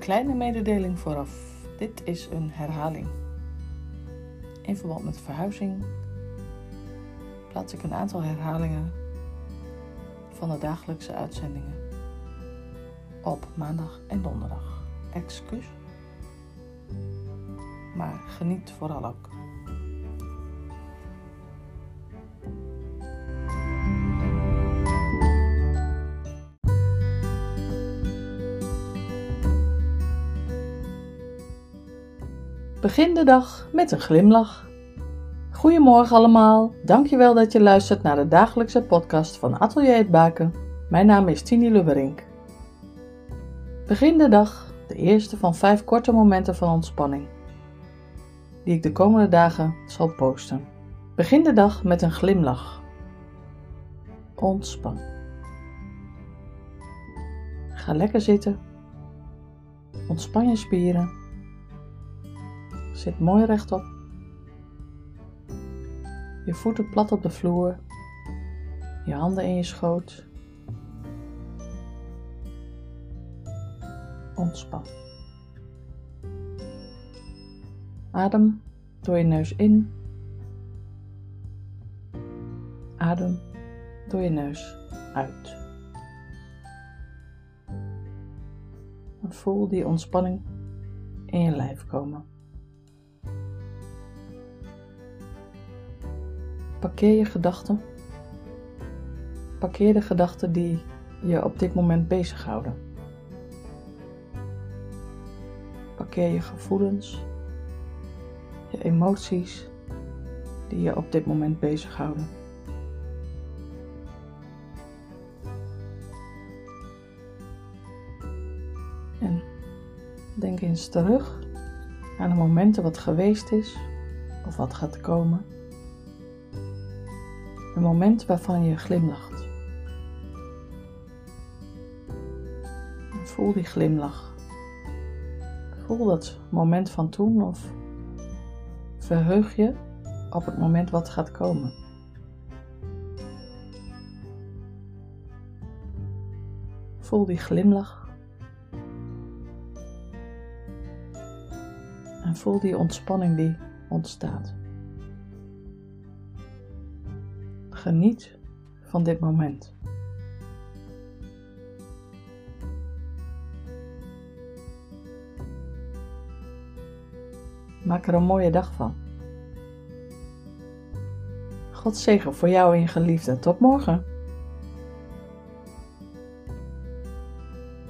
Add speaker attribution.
Speaker 1: kleine mededeling vooraf. Dit is een herhaling. In verband met verhuizing plaats ik een aantal herhalingen van de dagelijkse uitzendingen op maandag en donderdag. Excuus, maar geniet vooral ook. Begin de dag met een glimlach. Goedemorgen allemaal, dankjewel dat je luistert naar de dagelijkse podcast van Atelier Het Baken. Mijn naam is Tini Lubberink. Begin de dag, de eerste van 5 korte momenten van ontspanning, die ik de komende dagen zal posten. Begin de dag met een glimlach. Ontspan. Ga lekker zitten. Ontspan je spieren. Zit mooi rechtop. Je voeten plat op de vloer. Je handen in je schoot. Ontspan. Adem door je neus in. Adem door je neus uit. En voel die ontspanning in je lijf komen. Parkeer je gedachten. Parkeer de gedachten die je op dit moment bezighouden. Parkeer je gevoelens, je emoties die je op dit moment bezighouden. En denk eens terug aan de momenten wat geweest is of wat gaat komen. Een moment waarvan je glimlacht. En voel die glimlach. Voel dat moment van toen of verheug je op het moment wat gaat komen. Voel die glimlach. En voel die ontspanning die ontstaat. Geniet van dit moment. Maak er een mooie dag van. God zegen voor jou en je geliefden. Tot morgen.